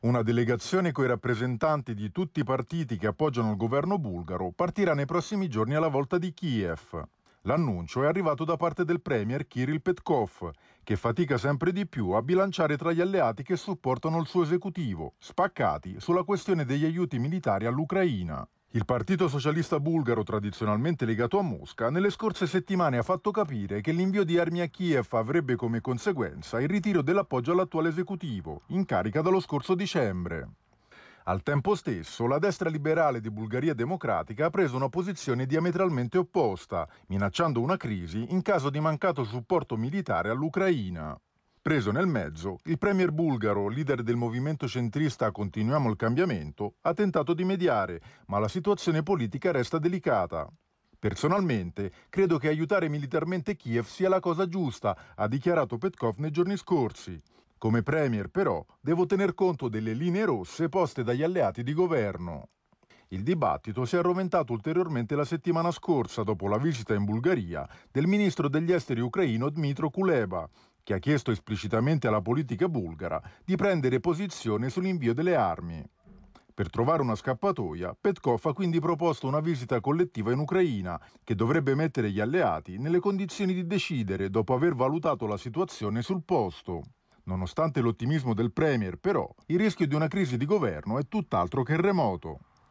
Una delegazione coi rappresentanti di tutti i partiti che appoggiano il governo bulgaro partirà nei prossimi giorni alla volta di Kiev. L'annuncio è arrivato da parte del premier Kirill Petkov, che fatica sempre di più a bilanciare tra gli alleati che supportano il suo esecutivo, spaccati sulla questione degli aiuti militari all'Ucraina. Il Partito Socialista Bulgaro, tradizionalmente legato a Mosca, nelle scorse settimane ha fatto capire che l'invio di armi a Kiev avrebbe come conseguenza il ritiro dell'appoggio all'attuale esecutivo, in carica dallo scorso dicembre. Al tempo stesso, la destra liberale di Bulgaria Democratica ha preso una posizione diametralmente opposta, minacciando una crisi in caso di mancato supporto militare all'Ucraina. Preso nel mezzo, il premier bulgaro, leader del movimento centrista Continuiamo il cambiamento, ha tentato di mediare, ma la situazione politica resta delicata. Personalmente, credo che aiutare militarmente Kiev sia la cosa giusta, ha dichiarato Petkov nei giorni scorsi. Come premier, però, devo tener conto delle linee rosse poste dagli alleati di governo. Il dibattito si è arroventato ulteriormente la settimana scorsa dopo la visita in Bulgaria del ministro degli esteri ucraino Dmytro Kuleba, che ha chiesto esplicitamente alla politica bulgara di prendere posizione sull'invio delle armi. Per trovare una scappatoia, Petkov ha quindi proposto una visita collettiva in Ucraina, che dovrebbe mettere gli alleati nelle condizioni di decidere dopo aver valutato la situazione sul posto. Nonostante l'ottimismo del premier, però, il rischio di una crisi di governo è tutt'altro che remoto.